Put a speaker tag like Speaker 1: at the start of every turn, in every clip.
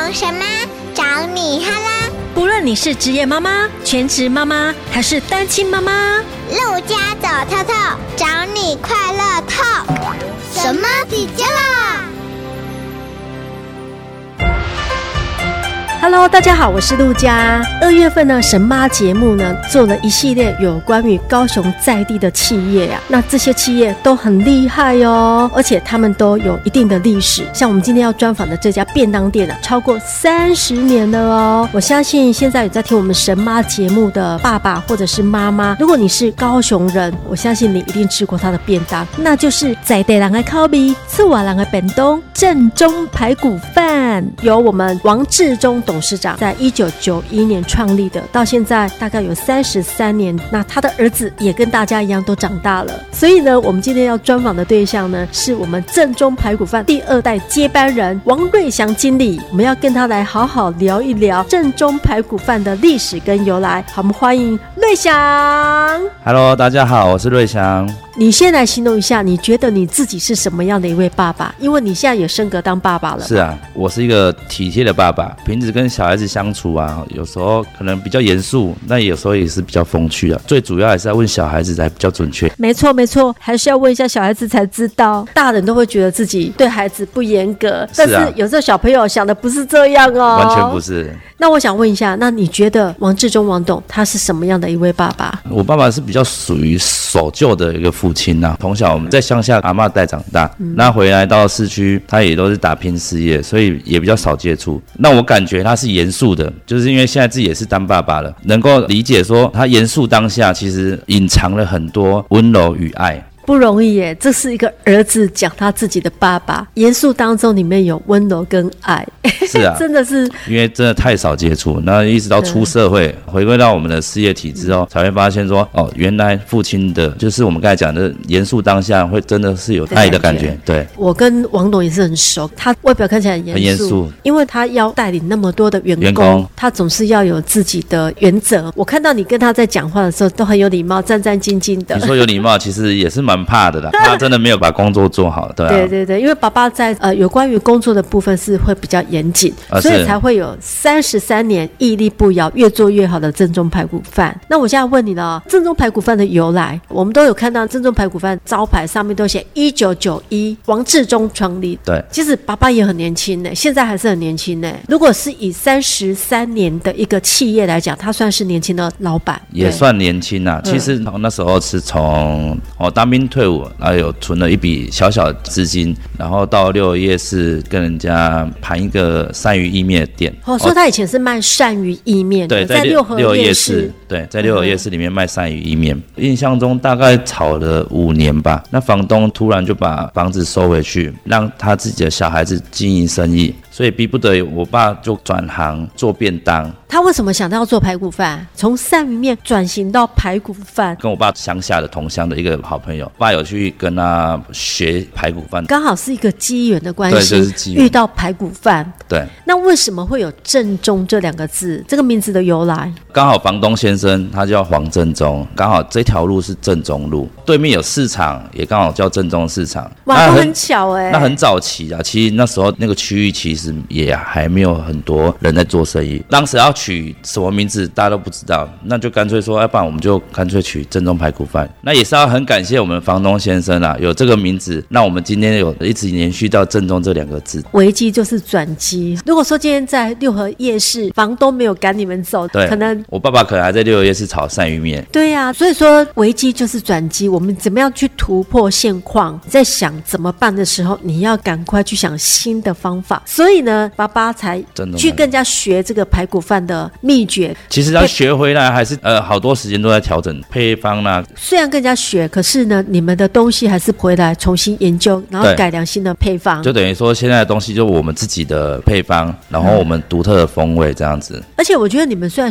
Speaker 1: 什么？找你哈啦！
Speaker 2: 不论你是职业妈妈、全职妈妈还是单亲妈妈，
Speaker 1: 陆家走透透，找你快乐透。什么底加啦
Speaker 2: Hello， 大家好，我是陆家。2月份呢，神妈节目呢做了一系列有关于高雄在地的企业啊，那这些企业都很厉害哦，而且他们都有一定的历史。像我们今天要专访的这家便当店啊，超过30年了哦。我相信现在有在听我们神妈节目的爸爸或者是妈妈，如果你是高雄人，我相信你一定吃过他的便当，那就是在地人的口味，次瓦人的便当，正宗排骨饭，由我们王志忠董事长在1991年创立的，到现在大概有33年。那他的儿子也跟大家一样都长大了，所以呢，我们今天要专访的对象呢，是我们正宗排骨饭第2代接班人王瑞祥经理。我们要跟他来好好聊一聊正宗排骨饭的历史跟由来。好，我们欢迎瑞祥。
Speaker 3: Hello， 大家好，我是瑞祥。
Speaker 2: 你先来形容一下，你觉得你自己是什么样的一位爸爸？因为你现在也升格当爸爸了。
Speaker 3: 是啊，我是一个体贴的爸爸，平时跟小孩子相处啊，有时候可能比较严肃，那有时候也是比较风趣啊。最主要还是要问小孩子才比较准确。
Speaker 2: 没错没错，还是要问一下小孩子才知道。大人都会觉得自己对孩子不严格，但是有时候小朋友想的不是这样哦，
Speaker 3: 完全不是。
Speaker 2: 那我想问一下，那你觉得王志忠王董他是什么样的一位爸爸？
Speaker 3: 我爸爸是比较属于守旧的一个父亲啊，从小我们在乡下阿嬷带长大，那回来到市区，他也都是打拼事业，所以也比较少接触。那我感觉他是严肃的，就是因为现在自己也是当爸爸了，能够理解说他严肃当下其实隐藏了很多温柔与爱。
Speaker 2: 不容易耶，这是一个儿子讲他自己的爸爸，严肃当中里面有温柔跟爱。
Speaker 3: 是啊，
Speaker 2: 真的是
Speaker 3: 因为真的太少接触，那一直到出社会，回归到我们的事业体之后，才会发现说，哦，原来父亲的就是我们刚才讲的严肃当下，会真的是有爱的感觉。对，
Speaker 2: 我跟王董也是很熟，他外表看起来很严肃，因为他要带领那么多的员工，他总是要有自己的原则。我看到你跟他在讲话的时候都很有礼貌，战战兢兢的。
Speaker 3: 你说有礼貌，其实也是蛮怕的啦，他真的没有把工作做好，对啊。
Speaker 2: 对对对，因为爸爸在有关于工作的部分是会比较严谨，所以才会有33年屹立不摇、越做越好的正宗排骨饭。那我现在问你了，正宗排骨饭的由来，我们都有看到正宗排骨饭招牌上面都写1991王志忠创立。
Speaker 3: 对，
Speaker 2: 其实爸爸也很年轻呢，现在还是很年轻呢。如果是以33年的一个企业来讲，他算是年轻的老板，
Speaker 3: 也算年轻啊。其实那时候是从当兵退伍，然后有存了一笔小小的资金，然后到六合夜市跟人家盘一个鳝鱼意面的店。
Speaker 2: 所以他以前是卖鳝鱼意面的，
Speaker 3: 对，在六合夜市，对，在六合夜市里面卖鳝鱼意面。印象中大概炒了5年吧，那房东突然就把房子收回去，让他自己的小孩子经营生意。所以逼不得已，我爸就转行做便当。
Speaker 2: 他为什么想到要做排骨饭？从鳝鱼面转型到排骨饭？
Speaker 3: 跟我爸乡下的同乡的一个好朋友，我爸有去跟他学排骨饭，
Speaker 2: 刚好是一个机缘的关系，
Speaker 3: 对，就是机缘遇
Speaker 2: 到排骨饭。
Speaker 3: 对，
Speaker 2: 那为什么会有正宗这2个字？这个名字的由来？
Speaker 3: 刚好房东先生他叫黄正宗，刚好这条路是正宗路，对面有市场，也刚好叫正宗市场。
Speaker 2: 哇，都很巧哎。
Speaker 3: 那很早期啊，其实那时候那个区域其实也还没有很多人在做生意。当时要取什么名字大家都不知道，那就干脆说，要不然我们就干脆取正宗排骨饭。那也是要很感谢我们房东先生啊，有这个名字，那我们今天有一直延续到正宗这2个字。
Speaker 2: 危机就是转机。如果说今天在六合夜市，房东没有赶你们走，
Speaker 3: 对，
Speaker 2: 可能
Speaker 3: 我爸爸可能还在六合夜市炒鳝鱼面。
Speaker 2: 对啊，所以说危机就是转机。我们怎么样去突破现况？在想怎么办的时候，你要赶快去想新的方法。所以呢，爸爸才去跟人家学这个排骨饭的秘诀。
Speaker 3: 其实要学回来还是好多时间都在调整配方啦。
Speaker 2: 虽然跟人家学，可是呢，你们的东西还是回来重新研究，然后改良新的配方。
Speaker 3: 就等于说现在的东西就是我们自己的配方，然后我们独特的风味这样子。
Speaker 2: 而且我觉得你们虽然是传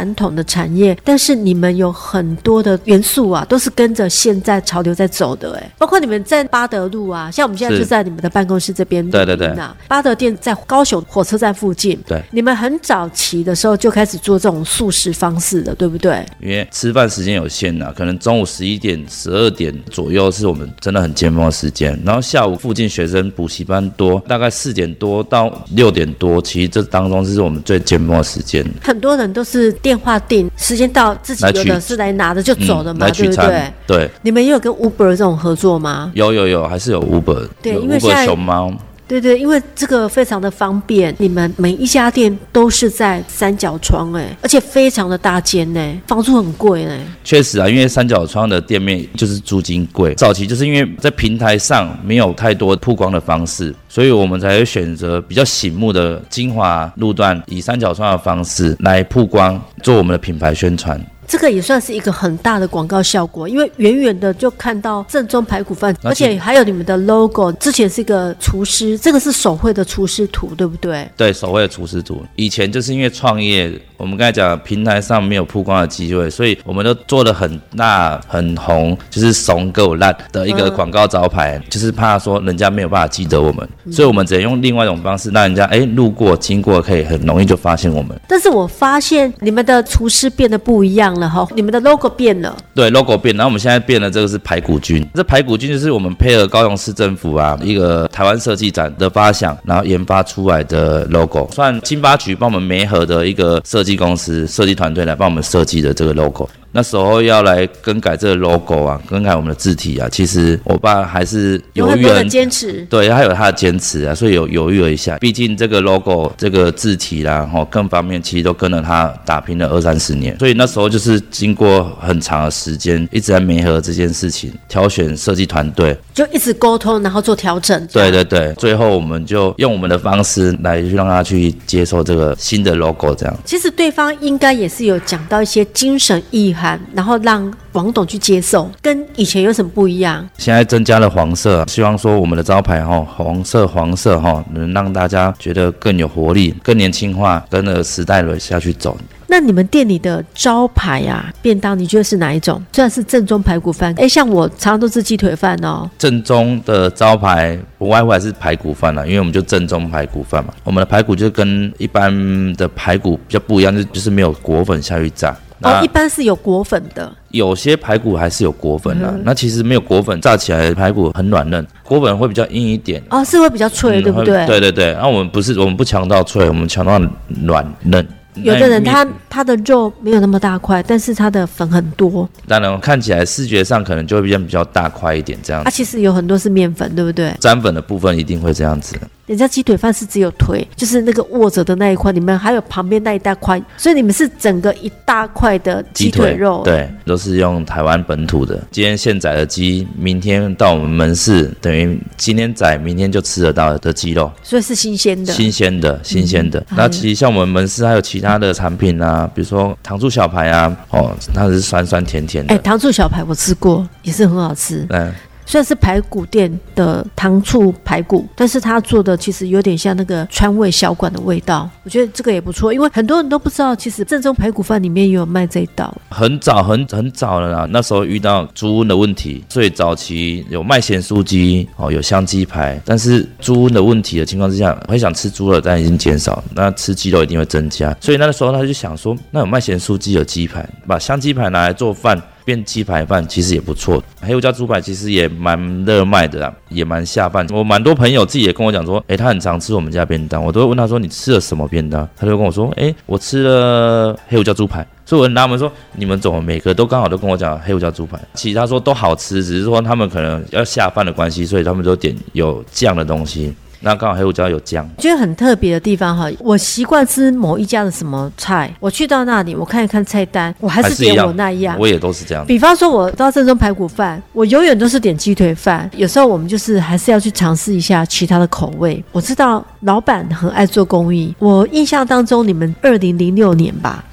Speaker 2: 传统的产业，但是你们有很多的元素啊，都是跟着现在潮流在走的包括你们在八德路啊，像我们现在就在你们的办公室这边，
Speaker 3: 对对对，
Speaker 2: 八德店在高雄火车站附近，
Speaker 3: 对，
Speaker 2: 你们很早期的时候就开始做这种素食方式的，对不对？
Speaker 3: 因为吃饭时间有限可能中午11点、12点左右是我们真的很尖峰的时间，然后下午附近学生补习班多，大概4点多到6点多，其实这当中是我们最尖峰的时间。
Speaker 2: 很多人都是电话订，时间到自己有的是来拿的就走的嘛，对不对？
Speaker 3: 对。
Speaker 2: 你们也有跟 Uber 这种合作吗？
Speaker 3: 有，还是有 Uber，
Speaker 2: 对，因为现在
Speaker 3: Uber 熊猫。
Speaker 2: 对，因为这个非常的方便，你们每一家店都是在三角窗而且非常的大间房租很贵
Speaker 3: 确实因为三角窗的店面就是租金贵，早期就是因为在平台上没有太多曝光的方式，所以我们才会选择比较醒目的精华路段，以三角窗的方式来曝光，做我们的品牌宣传。
Speaker 2: 这个也算是一个很大的广告效果，因为远远的就看到正宗排骨饭，而且还有你们的 logo。之前是一个厨师，这个是手绘的厨师图，对不对？对，
Speaker 3: 手绘的厨师图。以前就是因为创业，我们刚才讲平台上没有曝光的机会，所以我们都做了很大很红，就是怂够烂的一个广告招牌，就是怕说人家没有办法记得我们，所以我们只能用另外一种方式，让人家路过经过可以很容易就发现我们。
Speaker 2: 但是我发现你们的厨师变得不一样了你们的 logo 变了。
Speaker 3: 对， logo 变，然后我们现在变了，这个是排骨菌。这排骨菌就是我们配合高雄市政府一个台湾设计展的发想，然后研发出来的 logo， 算经发局帮我们媒合的一个设计公司设计团队来帮我们设计的这个 logo。那时候要来更改这个 logo 更改我们的字体其实我爸还是犹豫了，有很多的
Speaker 2: 坚持，
Speaker 3: 对，他有他的坚持所以有犹豫了一下。毕竟这个 logo 这个字体各方面其实都跟了他打拼了20-30年，所以那时候就是经过很长的时间一直在媒合这件事情，挑选设计团队，
Speaker 2: 就一直沟通，然后做调整。
Speaker 3: 对，最后我们就用我们的方式来让他去接受这个新的 logo 这样。
Speaker 2: 其实对方应该也是有讲到一些精神意涵，然后让王董去接受，跟以前有什么不一样？现
Speaker 3: 在增加了黄色，希望说我们的招牌黄色能让大家觉得更有活力，更年轻化，跟着时代轮下去走。
Speaker 2: 那你们店里的招牌便当你觉得是哪一种？虽然是正宗排骨饭，像我常常都吃鸡腿饭
Speaker 3: 正宗的招牌不外乎还是排骨饭因为我们就正宗排骨饭嘛。我们的排骨就跟一般的排骨比较不一样，就是没有裹粉下去炸。
Speaker 2: 一般是有裹粉的，
Speaker 3: 有些排骨还是有裹粉的那其实没有裹粉炸起来的排骨很软嫩，裹粉会比较硬一点
Speaker 2: 是会比较脆对不对？
Speaker 3: 对，然后我们不强调脆，我们强调软嫩。
Speaker 2: 有的人他的肉没有那么大块，但是他的粉很多，
Speaker 3: 当然看起来视觉上可能就会比较大块一点这样子。
Speaker 2: 其实有很多是面粉对不对？
Speaker 3: 沾粉的部分一定会这样子。
Speaker 2: 人家鸡腿饭是只有腿，就是那个握着的那一块，你们还有旁边那一大块，所以你们是整个一大块的鸡腿肉。
Speaker 3: 对，都是用台湾本土的，今天现宰的鸡，明天到我们门市，等于今天宰，明天就吃得到的鸡肉，
Speaker 2: 所以是新鲜的。
Speaker 3: 那其实像我们门市还有其他的产品比如说糖醋小排它是酸酸甜甜的。
Speaker 2: 糖醋小排我吃过，也是很好吃。虽然是排骨店的糖醋排骨，但是他做的其实有点像那个川味小馆的味道，我觉得这个也不错，因为很多人都不知道其实正宗排骨饭里面也有卖这一道。
Speaker 3: 很早了啦，那时候遇到猪瘟的问题，所以早期有卖咸酥鸡有香鸡排，但是猪瘟的问题的情况之下，会想吃猪肉但已经减少，那吃鸡肉一定会增加，所以那个时候他就想说，那有卖咸酥鸡有鸡排，把香鸡排拿来做饭变鸡排饭其实也不错。黑胡椒猪排其实也蛮热卖的也蛮下饭。我蛮多朋友自己也跟我讲说他很常吃我们家便当，我都会问他说你吃了什么便当，他就跟我说我吃了黑胡椒猪排。所以我跟他们说，你们怎么每个都刚好都跟我讲黑胡椒猪排？其实他说都好吃，只是说他们可能要下饭的关系，所以他们都点有酱的东西。那刚好黑胡椒有姜，
Speaker 2: 我觉得很特别的地方我习惯吃某一家的什么菜，我去到那里我看一看菜单，我还是点我那一样。
Speaker 3: 我也都是这样。
Speaker 2: 比方说我到正宗排骨饭，我永远都是点鸡腿饭，有时候我们就是还是要去尝试一下其他的口味。我知道老板很爱做公益，我印象当中你们2006年吧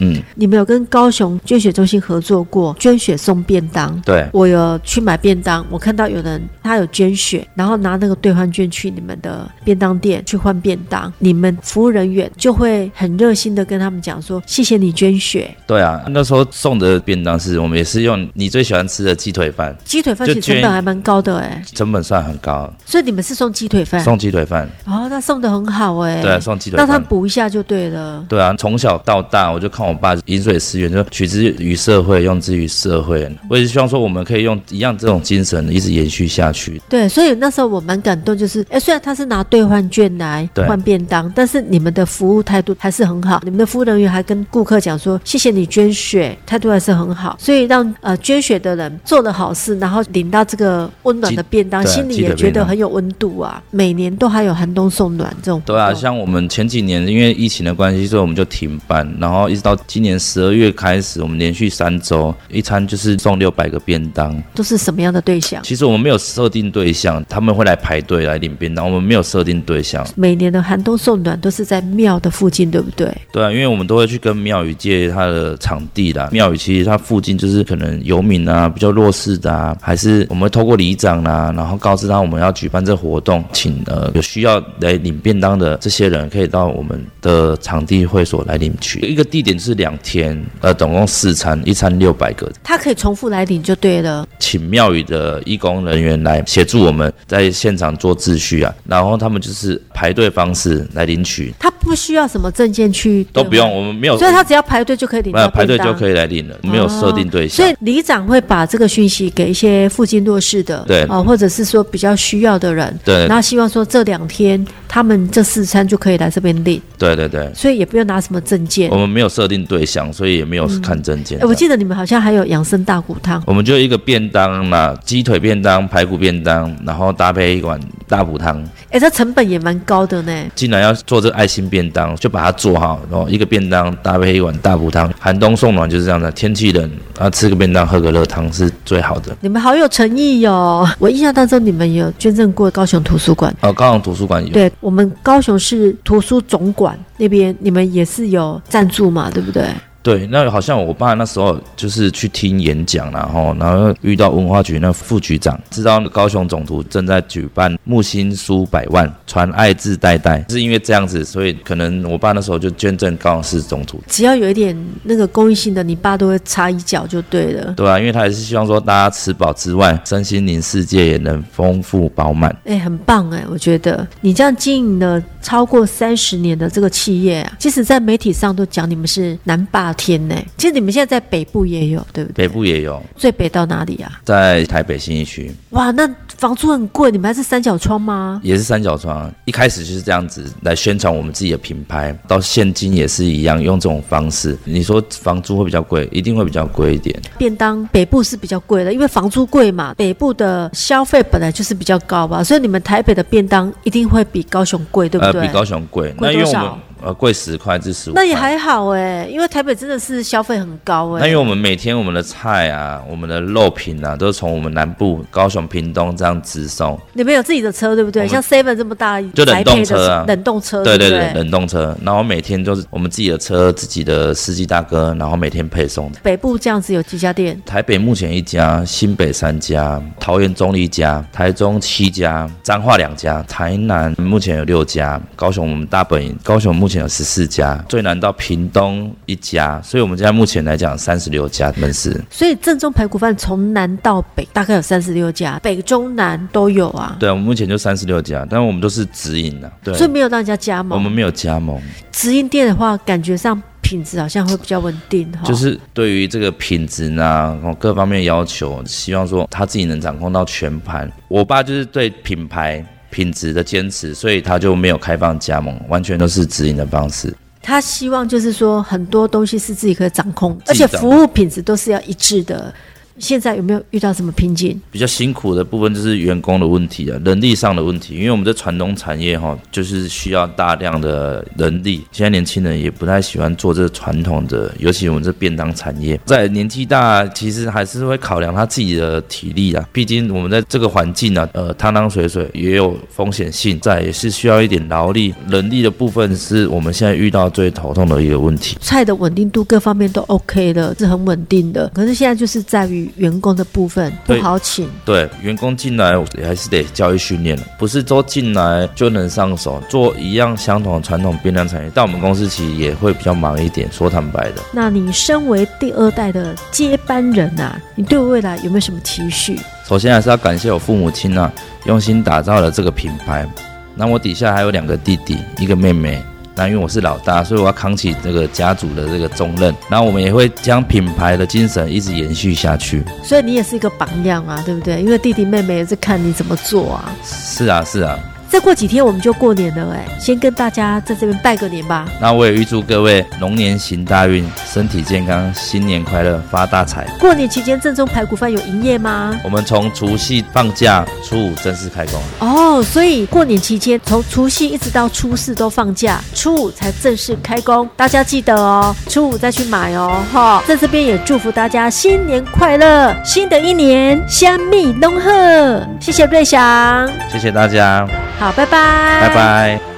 Speaker 2: 你们有跟高雄捐血中心合作过，捐血送便当。
Speaker 3: 对，
Speaker 2: 我有去买便当，我看到有人他有捐血，然后拿那个兑换券去你们的便当店去换便当，你们服务人员就会很热心的跟他们讲说，谢谢你捐血。
Speaker 3: 对啊，那时候送的便当是我们也是用你最喜欢吃的鸡腿饭。
Speaker 2: 鸡腿饭其实成本还蛮高的
Speaker 3: 成本算很高。
Speaker 2: 所以你们是送鸡腿饭？
Speaker 3: 送鸡腿饭。
Speaker 2: 哦，那送的很好
Speaker 3: 对啊，送鸡腿饭。
Speaker 2: 那他补一下就对了。
Speaker 3: 对啊，从小到大我就看我爸饮水思源，就取之于社会，用之于社会。我也希望说我们可以用一样这种精神一直延续下去。
Speaker 2: 对，所以那时候我蛮感动，就是虽然他是拿兑换券来换便当，但是你们的服务态度还是很好，你们的服务人员还跟顾客讲说谢谢你捐血，态度还是很好，所以让捐血的人做了好事，然后领到这个温暖的便当，心里也觉得很有温度啊。每年都还有寒冬送暖这种。
Speaker 3: 对啊，像我们前几年因为疫情的关系，所以我们就停办，然后一直到今年12月开始，我们连续3周一餐就是送600个便当。
Speaker 2: 都是什么样的对象？
Speaker 3: 其实我们没有设定对象，他们会来排队来领便当，我们没有设定对象。
Speaker 2: 每年的寒冬送暖都是在庙的附近，对不对？
Speaker 3: 对啊，因为我们都会去跟庙宇借它的场地啦。庙宇其实它附近就是可能游民啊，比较弱势的啊，还是我们会透过里长啦，然后告知他我们要举办这活动，请有需要来领便当的这些人可以到我们的场地会所来领取。一个地点是2天，总共4餐，一餐600个。
Speaker 2: 他可以重复来领就对了。
Speaker 3: 请庙宇的义工人员来协助我们在现场做秩序啊，然后他们就是排队方式来领取。
Speaker 2: 他不需要什么证件去
Speaker 3: 都不用，我们没有，
Speaker 2: 所以他只要排队就可以领到便当。
Speaker 3: 排队就可以来领了，没有设定对象。
Speaker 2: 所以里长会把这个讯息给一些附近弱势的，
Speaker 3: 对
Speaker 2: 或者是说比较需要的人，
Speaker 3: 对，
Speaker 2: 然后希望说这2天他们这4餐就可以来这边领。
Speaker 3: 对对对，
Speaker 2: 所以也不用拿什么证件。
Speaker 3: 我们没有设定对象，所以也没有看证件。
Speaker 2: 我记得你们好像还有养生大骨汤。
Speaker 3: 我们就一个便当嘛，鸡腿便当、排骨便当，然后搭配一碗大补汤。
Speaker 2: 这成本也蛮高的呢。
Speaker 3: 既然要做这个爱心便当，就把它做好，然后一个便当搭配一碗大补汤。寒冬送暖就是这样的，天气冷吃个便当喝个热汤是最好的。
Speaker 2: 你们好有诚意哦！我印象当中你们有捐赠过高雄图书馆。
Speaker 3: 高雄图书馆有。对，
Speaker 2: 我们高雄市图书总馆那边你们也是有赞助嘛，对不对？
Speaker 3: 对，那好像我爸那时候就是去听演讲，然后遇到文化局那副局长，知道高雄总图正在举办木心书100万，传爱至代代，是因为这样子，所以可能我爸那时候就捐赠高雄市总图。只
Speaker 2: 要有一点那个公益性的，你爸都会插一脚就对了。
Speaker 3: 对啊，因为他也是希望说大家吃饱之外，身心灵世界也能丰富饱满。
Speaker 2: 很棒我觉得你这样经营了超过30年的这个企业啊，其实在媒体上都讲你们是南霸天呢。其实你们现在在北部也有，对不对？
Speaker 3: 北部也有。
Speaker 2: 最北到哪里啊？
Speaker 3: 在台北信义区。
Speaker 2: 哇，那房租很贵，你们还是3角窗吗？
Speaker 3: 也是3角窗，一开始就是这样子来宣传我们自己的品牌，到现今也是一样，用这种方式。你说房租会比较贵，一定会比较贵一点。
Speaker 2: 便当北部是比较贵的，因为房租贵嘛，北部的消费本来就是比较高吧，所以你们台北的便当一定会比高雄贵，对不对？
Speaker 3: 比高雄贵。
Speaker 2: 贵多少？
Speaker 3: 贵10块至15块。
Speaker 2: 那也还好因为台北真的是消费很高
Speaker 3: 那因为我们每天我们的菜啊，我们的肉品啊，都是从我们南部高雄、屏东这样直送。
Speaker 2: 你们有自己的车对不对？像 Seven 这么大
Speaker 3: 就冷冻车啊，
Speaker 2: 冷冻车。
Speaker 3: 对对对，冷冻车。然后每天就是我们自己的车，自己的司机大哥，然后每天配送。
Speaker 2: 北部这样子有几家店？
Speaker 3: 台北目前1家，新北3家，桃园中立1家，台中7家，彰化2家，台南目前有6家，高雄我们大本营，高雄目前有14家，最南到屏东1家，所以我们现在目前来讲36家门市。
Speaker 2: 所以正宗排骨饭从南到北大概有36家，北中南都有啊。
Speaker 3: 对，我们目前就36家，但我们都是直营的，对，
Speaker 2: 所以没有让人家加盟。
Speaker 3: 我们没有加盟。
Speaker 2: 直营店的话，感觉上品质好像会比较稳定
Speaker 3: 就是对于这个品质啊各方面要求，希望说他自己能掌控到全盘。我爸就是对品牌品质的坚持，所以他就没有开放加盟，完全都是直营的方式。
Speaker 2: 他希望就是说很多东西是自己可以掌控，而且服务品质都是要一致的。 现在有没有遇到什么瓶颈？
Speaker 3: 比较辛苦的部分就是员工的问题啊，人力上的问题，因为我们这传统产业就是需要大量的人力，现在年轻人也不太喜欢做这传统的，尤其我们这便当产业，在年纪大其实还是会考量他自己的体力啊，毕竟我们在这个环境啊，汤汤水水也有风险性，再也是需要一点劳力，人力的部分是我们现在遇到最头痛的一个问题。
Speaker 2: 菜的稳定度各方面都 OK 的，是很稳定的，可是现在就是在于员工的部分不好请。
Speaker 3: 对，员工进来也还是得教育训练，不是都进来就能上手做一样相同的传统便当产业，但我们公司其实也会比较忙一点，说坦白的。
Speaker 2: 那你身为第2代的接班人啊，你对未来有没有什么期许？
Speaker 3: 首先还是要感谢我父母亲啊，用心打造了这个品牌。那我底下还有2个弟弟，一个妹妹。那因为我是老大，所以我要扛起这个家族的这个重任。然后我们也会将品牌的精神一直延续下去。
Speaker 2: 所以你也是一个榜样啊，对不对？因为弟弟妹妹也是看你怎么做啊。
Speaker 3: 是啊，是啊。
Speaker 2: 再过几天我们就过年了先跟大家在这边拜个年吧。
Speaker 3: 那我也预祝各位龙年行大运，身体健康，新年快乐，发大财。
Speaker 2: 过年期间正宗排骨饭有营业吗？
Speaker 3: 我们从除夕放假，初5正式开工。
Speaker 2: 哦，所以过年期间从除夕一直到初4都放假，初5才正式开工。大家记得哦，初5再去买哦。在这边也祝福大家新年快乐，新的一年香蜜隆贺。谢谢瑞翔，
Speaker 3: 谢谢大家。
Speaker 2: 好，拜拜，
Speaker 3: 拜拜。